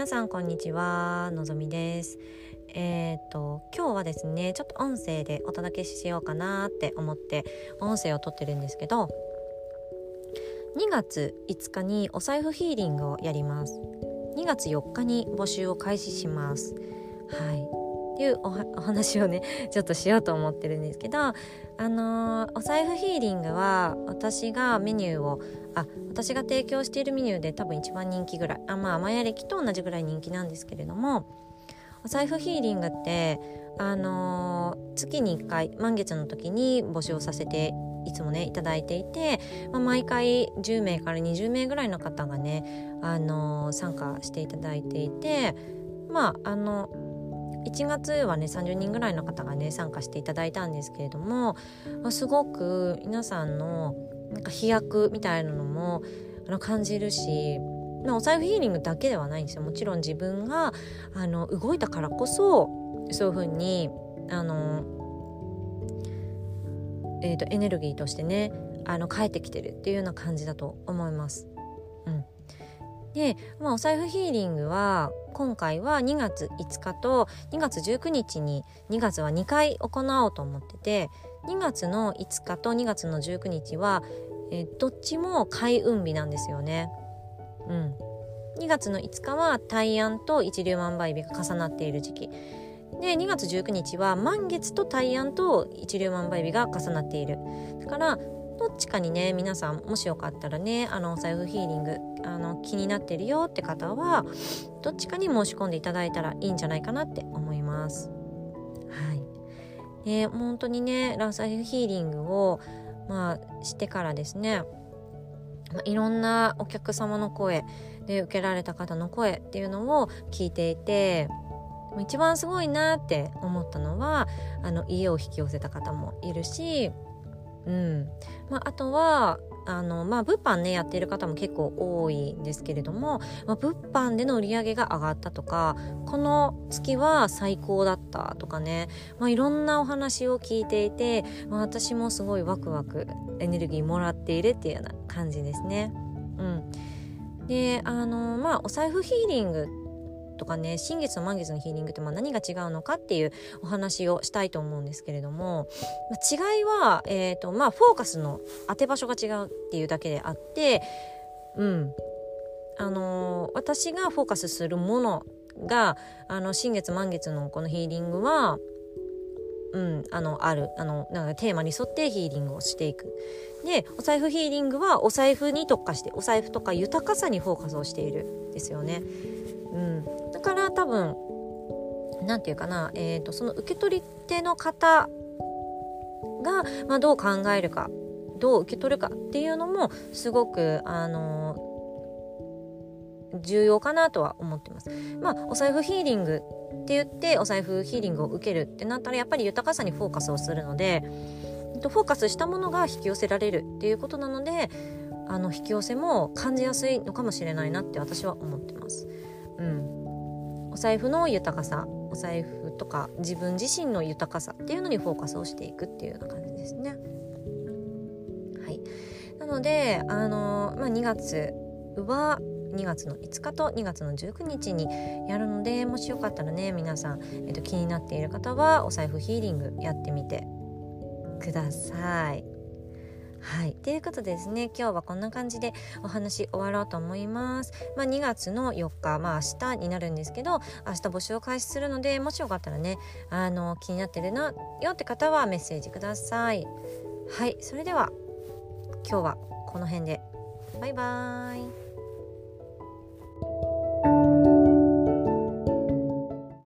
皆さんこんにちは、のぞみです。今日はですね、ちょっと音声でお届けしようかなって思って音声を撮ってるんですけど、2月5日にお財布ヒーリングをやります。2月4日に募集を開始します。っていうお話をねちょっとしようと思ってるんですけど、お財布ヒーリングは私が提供しているメニューで多分一番人気ぐらい、マヤ暦と同じぐらい人気なんですけれども、お財布ヒーリングって月に1回満月の時に募集をさせていつもねいただいていて、毎回10名から20名ぐらいの方がね、参加していただいていて、1月はね30人ぐらいの方がね参加していただいたんですけれども、すごく皆さんの飛躍みたいなのも感じるし、お財布ヒーリングだけではないんですよ。もちろん自分が動いたからこそそういう風にエネルギーとしてね返ってきてるっていうような感じだと思います。で、お財布ヒーリングは今回は2月5日と2月19日に2月は2回行おうと思ってて、2月の5日と2月の19日は、どっちも開運日なんですよね。2月の5日は大安と一粒万倍日が重なっている時期で、2月19日は満月と大安と一粒万倍日が重なっている。だからどっちかにね、皆さんもしよかったらねお財布ヒーリング気になってるよって方はどっちかに申し込んでいただいたらいいんじゃないかなって思います。本当にねお財布ヒーリングをしてからですね、いろんなお客様の声で受けられた方の声っていうのを聞いていて、一番すごいなって思ったのは家を引き寄せた方もいるし、あとは物販ねやっている方も結構多いんですけれども、物販での売り上げが上がったとか、この月は最高だったとかね、いろんなお話を聞いていて、私もすごいワクワクエネルギーもらっているっていうような感じですね。でお財布ヒーリングとかね、新月と満月のヒーリングって何が違うのかっていうお話をしたいと思うんですけれども、違いは、フォーカスの当て場所が違うっていうだけであって、私がフォーカスするものが新月満月のこのヒーリングはなんかテーマに沿ってヒーリングをしていく。で、お財布ヒーリングはお財布に特化して、お財布とか豊かさにフォーカスをしているんですよね。だから多分なんていうかな、その受け取り手の方が、どう考えるか、どう受け取るかっていうのもすごく重要かなとは思ってます。お財布ヒーリングって言ってお財布ヒーリングを受けるってなったらやっぱり豊かさにフォーカスをするので、フォーカスしたものが引き寄せられるっていうことなので、引き寄せも感じやすいのかもしれないなって私は思ってます。お財布の豊かさ、お財布とか自分自身の豊かさっていうのにフォーカスをしていくっていうような感じですね。なので2月は2月の5日と2月の19日にやるので、もしよかったらね皆さん、気になっている方はお財布ヒーリングやってみてください。ということでですね、今日はこんな感じでお話終わろうと思います。2月の4日、明日になるんですけど、明日募集を開始するので、もしよかったらね気になってるなよって方はメッセージください。それでは今日はこの辺でバイバーイ。